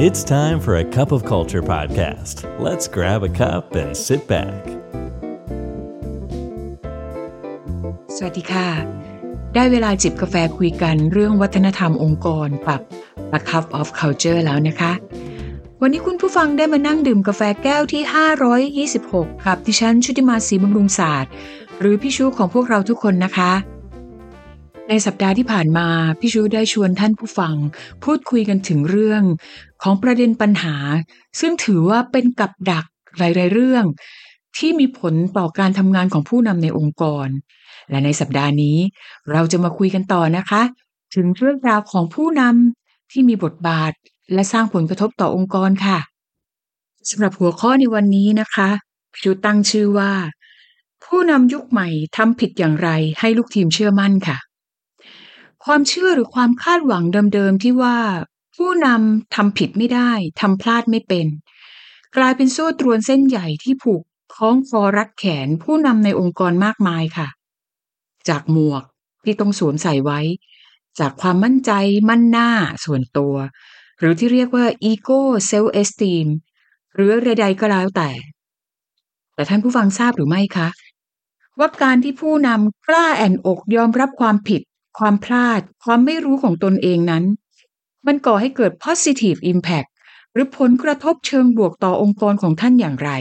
It's time for a cup of culture podcast. Let's grab a cup and sit back. สวัสดีค่ะได้เวลาจิบกาแฟคุยกันเรื่องวัฒนธรรมองค์กรกับ A Cup of Culture แล้วนะคะวันนี้คุณผู้ฟังได้มานั่งดื่มกาแฟแก้วที่526กับดิฉันชุติมาศรีบำรุงศาสตร์หรือพี่ชูของพวกเราทุกคนนะคะในสัปดาห์ที่ผ่านมาพี่ชูได้ชวนท่านผู้ฟังพูดคุยกันถึงเรื่องของประเด็นปัญหาซึ่งถือว่าเป็นกับดักหลายๆเรื่องที่มีผลต่อการทำงานของผู้นำในองค์กรและในสัปดาห์นี้เราจะมาคุยกันต่อนะคะถึงเรื่องราวของผู้นำที่มีบทบาทและสร้างผลกระทบต่อองค์กรค่ะสำหรับหัวข้อในวันนี้นะคะพี่ชูตั้งชื่อว่าผู้นำยุคใหม่ทำผิดอย่างไรให้ลูกทีมเชื่อมั่นค่ะความเชื่อหรือความคาดหวังเดิมๆที่ว่าผู้นำทำผิดไม่ได้ทำพลาดไม่เป็นกลายเป็นโซ่ตรวนเส้นใหญ่ที่ผูกคล้องคอรัดแขนผู้นำในองค์กรมากมายค่ะจากหมวกที่ต้องสวมใส่ไว้จากความมั่นใจมั่นหน้าส่วนตัวหรือที่เรียกว่า ego self esteem หรือใดๆก็แล้วแต่ท่านผู้ฟังทราบหรือไม่คะว่าการที่ผู้นำกล้าแอ่นอกยอมรับความผิดความพลาดความไม่รู้ของตนเองนั้นมันก่อให้เกิด positive impact หรือผลกระทบเชิงบวกต่อองค์กรของท่านอย่างไร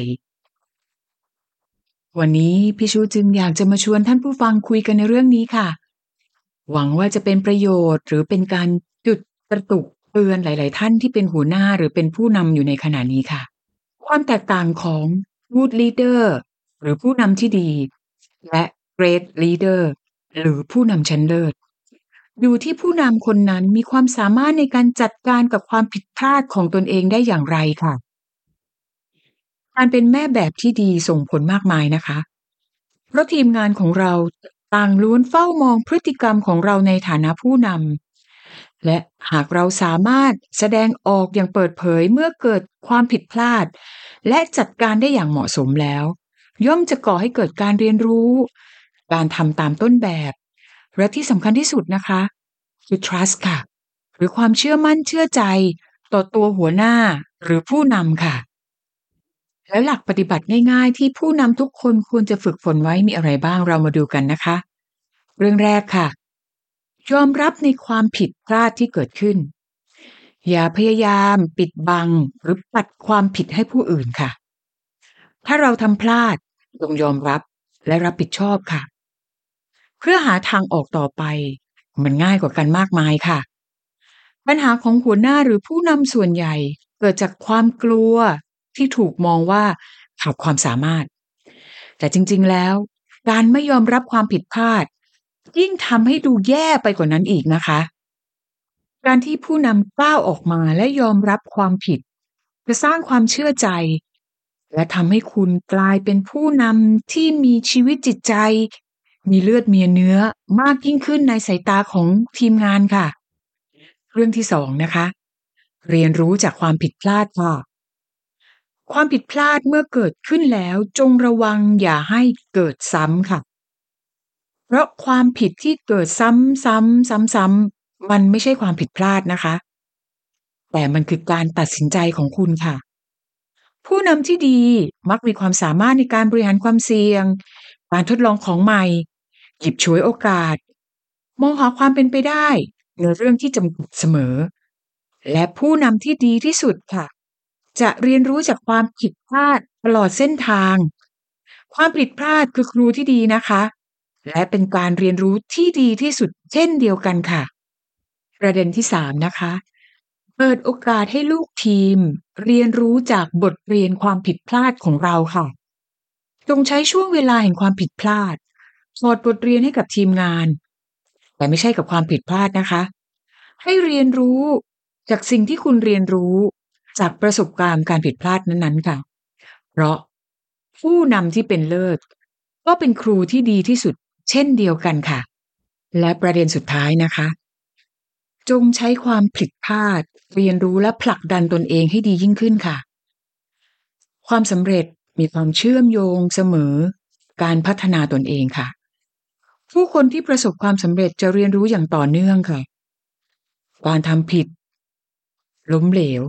วันนี้พี่ชูจึงอยากจะมาชวนท่านผู้ฟังคุยกันในเรื่องนี้ค่ะหวังว่าจะเป็นประโยชน์หรือเป็นการจุดกระตุกเตือนหลายๆท่านที่เป็นหัวหน้าหรือเป็นผู้นำอยู่ในขณะนี้ค่ะความแตกต่างของ good leader หรือผู้นำที่ดีและ great leader หรือผู้นำชั้นเลิศอยู่ที่ผู้นำคนนั้นมีความสามารถในการจัดการกับความผิดพลาดของตนเองได้อย่างไรค่ะการเป็นแม่แบบที่ดีส่งผลมากมายนะคะเพราะทีมงานของเราต่างล้วนเฝ้ามองพฤติกรรมของเราในฐานะผู้นำและหากเราสามารถแสดงออกอย่างเปิดเผยเมื่อเกิดความผิดพลาดและจัดการได้อย่างเหมาะสมแล้วย่อมจะก่อให้เกิดการเรียนรู้การทำตามต้นแบบและที่สำคัญที่สุดนะคะคือ trust ค่ะหรือความเชื่อมั่นเชื่อใจต่อตัวหัวหน้าหรือผู้นำค่ะแล้วหลักปฏิบัติง่ายๆที่ผู้นำทุกคนควรจะฝึกฝนไว้มีอะไรบ้างเรามาดูกันนะคะเรื่องแรกค่ะยอมรับในความผิดพลาดที่เกิดขึ้นอย่าพยายามปิดบังหรือปัดความผิดให้ผู้อื่นค่ะถ้าเราทำพลาดต้องยอมรับและรับผิดชอบค่ะเพื่อหาทางออกต่อไปมันง่ายกว่ากันมากมายค่ะปัญหาของหัวหน้าหรือผู้นำส่วนใหญ่เกิดจากความกลัวที่ถูกมองว่าขาดความสามารถแต่จริงๆแล้วการไม่ยอมรับความผิดพลาดยิ่งทำให้ดูแย่ไปกว่านั้นอีกนะคะการที่ผู้นำก้าวออกมาและยอมรับความผิดจะสร้างความเชื่อใจและทำให้คุณกลายเป็นผู้นำที่มีชีวิตจิตใจมีเลือดมีเนื้อมากยิ่งขึ้นในสายตาของทีมงานค่ะเรื่องที่2นะคะเรียนรู้จากความผิดพลาดค่ะความผิดพลาดเมื่อเกิดขึ้นแล้วจงระวังอย่าให้เกิดซ้ำค่ะเพราะความผิดที่เกิดซ้ำๆๆๆมันไม่ใช่ความผิดพลาดนะคะแต่มันคือการตัดสินใจของคุณค่ะผู้นำที่ดีมักมีความสามารถในการบริหารความเสี่ยงการทดลองของใหม่หยิบฉวยโอกาสมองหาความเป็นไปได้ในเรื่องที่จำกัดเสมอและผู้นำที่ดีที่สุดค่ะจะเรียนรู้จากความผิดพลาดตลอดเส้นทางความผิดพลาดคือครูที่ดีนะคะและเป็นการเรียนรู้ที่ดีที่สุดเช่นเดียวกันค่ะประเด็นที่3นะคะเปิดโอกาสให้ลูกทีมเรียนรู้จากบทเรียนความผิดพลาดของเราค่ะจงใช้ช่วงเวลาแห่งความผิดพลาดถอดบทเรียนให้กับทีมงานแต่ไม่ใช่กับความผิดพลาดนะคะให้เรียนรู้จากสิ่งที่คุณเรียนรู้จากประสบการณ์การผิดพลาดนั้นๆค่ะเพราะผู้นำที่เป็นเลิศก็เป็นครูที่ดีที่สุดเช่นเดียวกันค่ะและประเด็นสุดท้ายนะคะจงใช้ความผิดพลาดเรียนรู้และผลักดันตนเองให้ดียิ่งขึ้นค่ะความสำเร็จมีความเชื่อมโยงเสมอการพัฒนาตนเองค่ะผู้คนที่ประสบความสำเร็จจะเรียนรู้อย่างต่อเนื่องค่ะการทำผิดล้มเหลว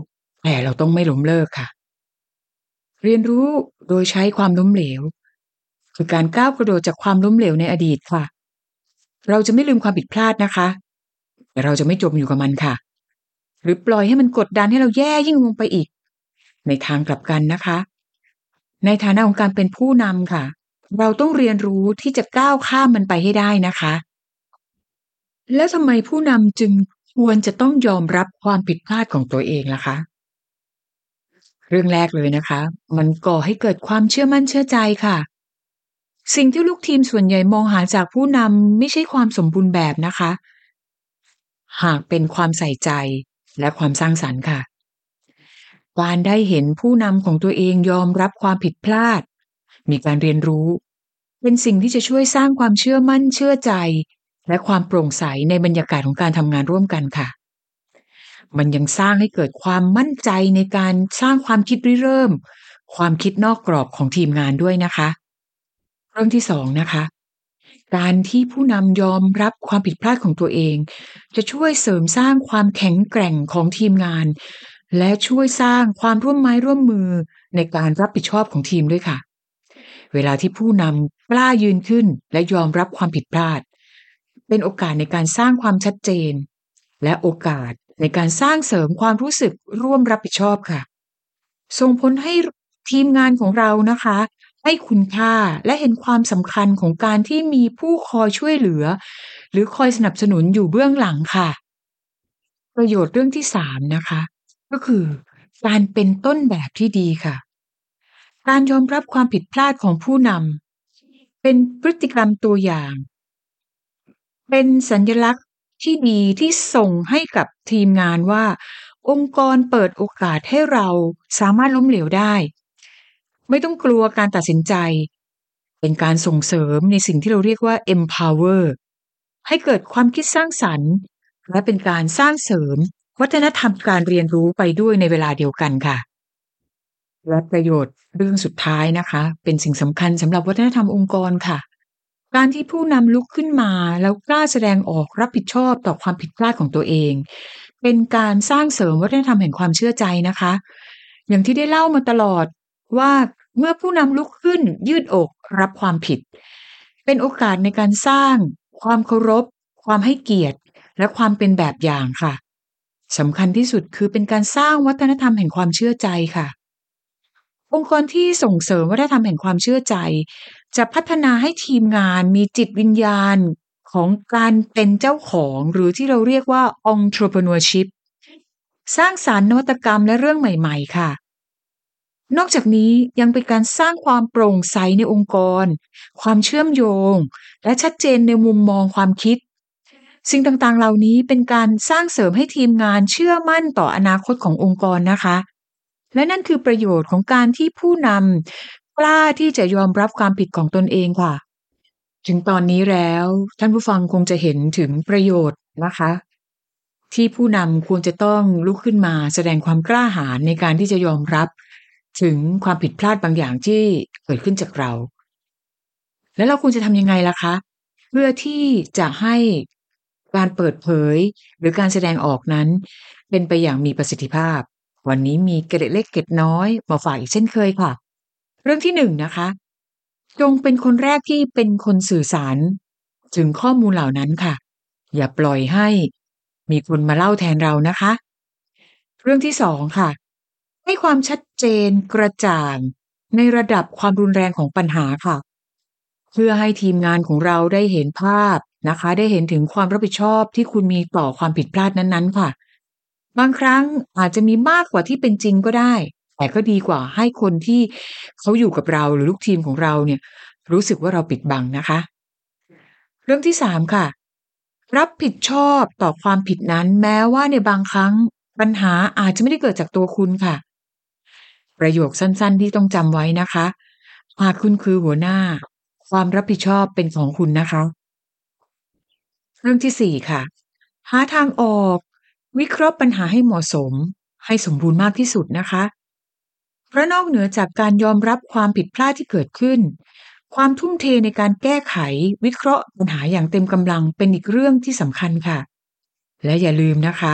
แต่เราต้องไม่ล้มเลิกค่ะเรียนรู้โดยใช้ความล้มเหลวคือการก้าวกระโดดจากความล้มเหลวในอดีตค่ะเราจะไม่ลืมความผิดพลาดนะคะแต่เราจะไม่จมอยู่กับมันค่ะหรือปล่อยให้มันกดดันให้เราแย่ยิ่งลงไปอีกในทางกลับกันนะคะในฐานะของการเป็นผู้นำค่ะเราต้องเรียนรู้ที่จะก้าวข้ามมันไปให้ได้นะคะแล้วทำไมผู้นำจึงควรจะต้องยอมรับความผิดพลาดของตัวเองล่ะคะ เรื่องแรกเลยนะคะมันก่อให้เกิดความเชื่อมั่นเชื่อใจค่ะสิ่งที่ลูกทีมส่วนใหญ่มองหาจากผู้นำไม่ใช่ความสมบูรณ์แบบนะคะหากเป็นความใส่ใจและความสร้างสรรค์ค่ะการได้เห็นผู้นำของตัวเองยอมรับความผิดพลาดมีการเรียนรู้เป็นสิ่งที่จะช่วยสร้างความเชื่อมั่นเชื่อใจและความโปร่งใสในบรรยากาศของการทำงานร่วมกันค่ะ มันยังสร้างให้เกิดความมั่นใจในการสร้างความคิดริเริ่มความคิดนอกกรอบของทีมงานด้วยนะคะเรื่องที่2นะคะการที่ผู้นำยอมรับความผิดพลาดของตัวเองจะช่วยเสริมสร้างความแข็งแกร่งของทีมงานและช่วยสร้างความร่วมไม้ร่วมมือในการรับผิดชอบของทีมด้วยค่ะเวลาที่ผู้นำกล้ายืนขึ้นและยอมรับความผิดพลาดเป็นโอกาสในการสร้างความชัดเจน และโอกาสในการสร้างเสริมความรู้สึกร่วมรับผิดชอบค่ะส่งผลให้ทีมงานของเรานะคะให้คุณค่าและเห็นความสำคัญของการที่มีผู้คอยช่วยเหลือหรือคอยสนับสนุนอยู่เบื้องหลังค่ะประโยชน์เรื่องที่3นะคะก็คือการเป็นต้นแบบที่ดีค่ะการยอมรับความผิดพลาดของผู้นำเป็นพฤติกรรมตัวอย่าง เป็นสัญลักษณ์ที่ดีที่ส่งให้กับทีมงานว่าองค์กรเปิดโอกาสให้เราสามารถล้มเหลวได้ไม่ต้องกลัวการตัดสินใจเป็นการส่งเสริมในสิ่งที่เราเรียกว่า empower ให้เกิดความคิดสร้างสรรค์และเป็นการสร้างเสริมวัฒนธรรมการเรียนรู้ไปด้วยในเวลาเดียวกันค่ะและประโยชน์เรื่องสุดท้ายนะคะเป็นสิ่งสำคัญสำหรับวัฒนธรรมองค์กรค่ะ การที่ผู้นำลุกขึ้นมาแล้วกล้าแสดงออกรับผิดชอบต่อความผิดพลาดของตัวเองเป็นการสร้างเสริมวัฒนธรรมแห่งความเชื่อใจนะคะอย่างที่ได้เล่ามาตลอดว่าเมื่อผู้นำลุกขึ้นยืดอกรับความผิดเป็นโอกาสในการสร้างความเคารพความให้เกียรติและความเป็นแบบอย่างค่ะสำคัญที่สุดคือเป็นการสร้างวัฒนธรรมแห่งความเชื่อใจค่ะ องค์กรที่ส่งเสริมวัฒนธรรมแห่งความเชื่อใจจะพัฒนาให้ทีมงานมีจิตวิญญาณของการเป็นเจ้าของหรือที่เราเรียกว่า entrepreneurship สร้างสรรค์นวัตกรรมและเรื่องใหม่ๆค่ะนอกจากนี้ยังเป็นการสร้างความโปร่งใสในองค์กรความเชื่อมโยงและชัดเจนในมุมมองความคิดสิ่งต่างๆเหล่านี้เป็นการสร้างเสริมให้ทีมงานเชื่อมั่นต่ออนาคตขององค์กรนะคะ และนั่นคือประโยชน์ของการที่ผู้นำกล้าที่จะยอมรับความผิดของตนเองค่ะถึงตอนนี้แล้วท่านผู้ฟังคงจะเห็นถึงประโยชน์นะคะที่ผู้นำควรจะต้องลุกขึ้นมาแสดงความกล้าหาญในการที่จะยอมรับถึงความผิดพลาดบางอย่างที่เกิดขึ้นจากเราแล้วเราควรจะทำยังไงล่ะคะเพื่อที่จะให้การเปิดเผยหรือการแสดงออกนั้นเป็นไปอย่างมีประสิทธิภาพ วันนี้มีเกร็ดเล็กเกร็ดน้อยมาฝากอีกเช่นเคยค่ะเรื่องที่1นะคะจงเป็นคนแรกที่เป็นคนสื่อสารถึงข้อมูลเหล่านั้นค่ะอย่าปล่อยให้มีคนมาเล่าแทนเรานะคะเรื่องที่2ค่ะให้ความชัดเจนกระจ่างในระดับความรุนแรงของปัญหาค่ะเพื่อให้ทีมงานของเราได้เห็นภาพนะคะได้เห็นถึงความรับผิดชอบที่คุณมีต่อความผิดพลาดนั้นๆค่ะ บางครั้งอาจจะมีมากกว่าที่เป็นจริงก็ได้แต่ก็ดีกว่าให้คนที่เขาอยู่กับเราหรือลูกทีมของเราเนี่ยรู้สึกว่าเราปิดบังนะคะเรื่องที่3ค่ะรับผิดชอบต่อความผิดนั้นแม้ว่าในบางครั้งปัญหาอาจจะไม่ได้เกิดจากตัวคุณค่ะประโยคสั้นๆที่ต้องจำไว้นะคะหากคุณคือหัวหน้าความรับผิดชอบเป็นของคุณนะคะเรื่องที่4ค่ะหาทางออกวิเคราะห์ปัญหาให้เหมาะสมให้สมบูรณ์มากที่สุดนะคะ เพราะนอกเหนือจากการยอมรับความผิดพลาดที่เกิดขึ้น ความทุ่มเทในการแก้ไขวิเคราะห์ปัญหาอย่างเต็มกำลังเป็นอีกเรื่องที่สำคัญค่ะ และอย่าลืมนะคะ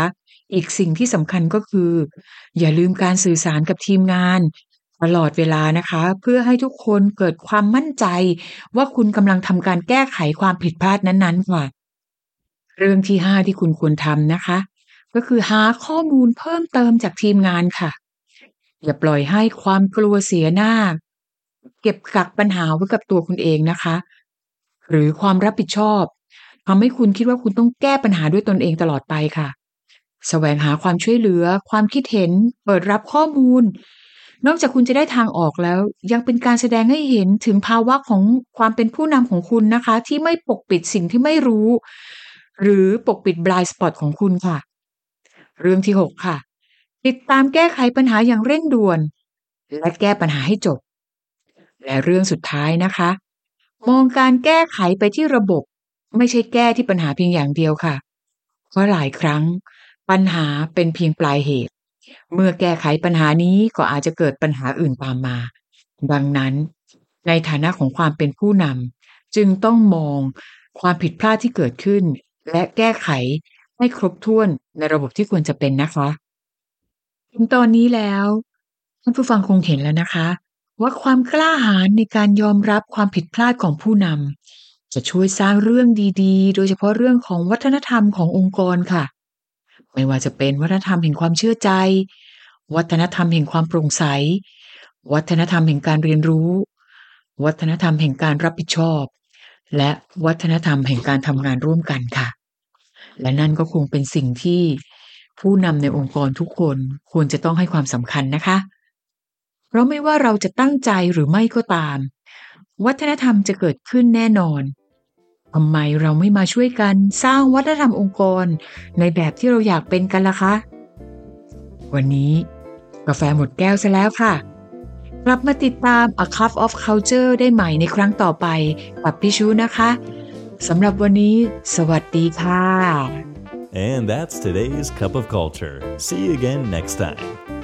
อีกสิ่งที่สำคัญก็คืออย่าลืมการสื่อสารกับทีมงานตลอดเวลานะคะเพื่อให้ทุกคนเกิดความมั่นใจว่าคุณกำลังทำการแก้ไขความผิดพลาดนั้นๆค่ะเรื่องที่5ที่คุณควรทำนะคะก็คือหาข้อมูลเพิ่มเติมจากทีมงานค่ะอย่าปล่อยให้ความกลัวเสียหน้าเก็บกักปัญหาไว้กับตัวคุณเองนะคะหรือความรับผิดชอบทำให้คุณคิดว่าคุณต้องแก้ปัญหาด้วยตนเองตลอดไปค่ะ แสวงหาความช่วยเหลือความคิดเห็นเปิดรับข้อมูลนอกจากคุณจะได้ทางออกแล้วยังเป็นการแสดงให้เห็นถึงภาวะของความเป็นผู้นำของคุณนะคะที่ไม่ปกปิดสิ่งที่ไม่รู้หรือปกปิด blind spot ของคุณค่ะเรื่องที่6ค่ะติดตามแก้ไขปัญหาอย่างเร่งด่วนและแก้ปัญหาให้จบและเรื่องสุดท้ายนะคะมองการแก้ไขไปที่ระบบไม่ใช่แก้ที่ปัญหาเพียงอย่างเดียวค่ะ เพราะหลายครั้งปัญหาเป็นเพียงปลายเหตุเมื่อแก้ไขปัญหานี้ก็อาจจะเกิดปัญหาอื่นตามมาดังนั้นในฐานะของความเป็นผู้นำจึงต้องมองความผิดพลาดที่เกิดขึ้นและแก้ไขให้ครบถ้วนในระบบที่ควรจะเป็นนะคะถึงตอนนี้แล้วท่านผู้ฟังคงเห็นแล้วนะคะว่าความกล้าหาญในการยอมรับความผิดพลาดของผู้นำจะช่วยสร้างเรื่องดีๆโดยเฉพาะเรื่องของวัฒนธรรมขององค์กรค่ะ ไม่ว่าจะเป็นวัฒนธรรมแห่งความเชื่อใจวัฒนธรรมแห่งความโปร่งใสวัฒนธรรมแห่งการเรียนรู้วัฒนธรรมแห่งการรับผิดชอบและวัฒนธรรมแห่งการทำงานร่วมกันค่ะและนั่นก็คงเป็นสิ่งที่ผู้นำในองค์กรทุกคนควรจะต้องให้ความสำคัญนะคะเพราะไม่ว่าเราจะตั้งใจหรือไม่ก็ตามวัฒนธรรมจะเกิดขึ้นแน่นอน ทำไมเราไม่มาช่วยกันสร้างวัฒนธรรมองค์กรในแบบที่เราอยากเป็นกันล่ะคะวันนี้กาแฟหมดแก้วซะแล้วค่ะกลับมาติดตาม A Cup of Culture ได้ใหม่ในครั้งต่อไปกับพี่ชูนะคะสำหรับวันนี้สวัสดีค่ะ And that's today's Cup of Culture. See you again next time.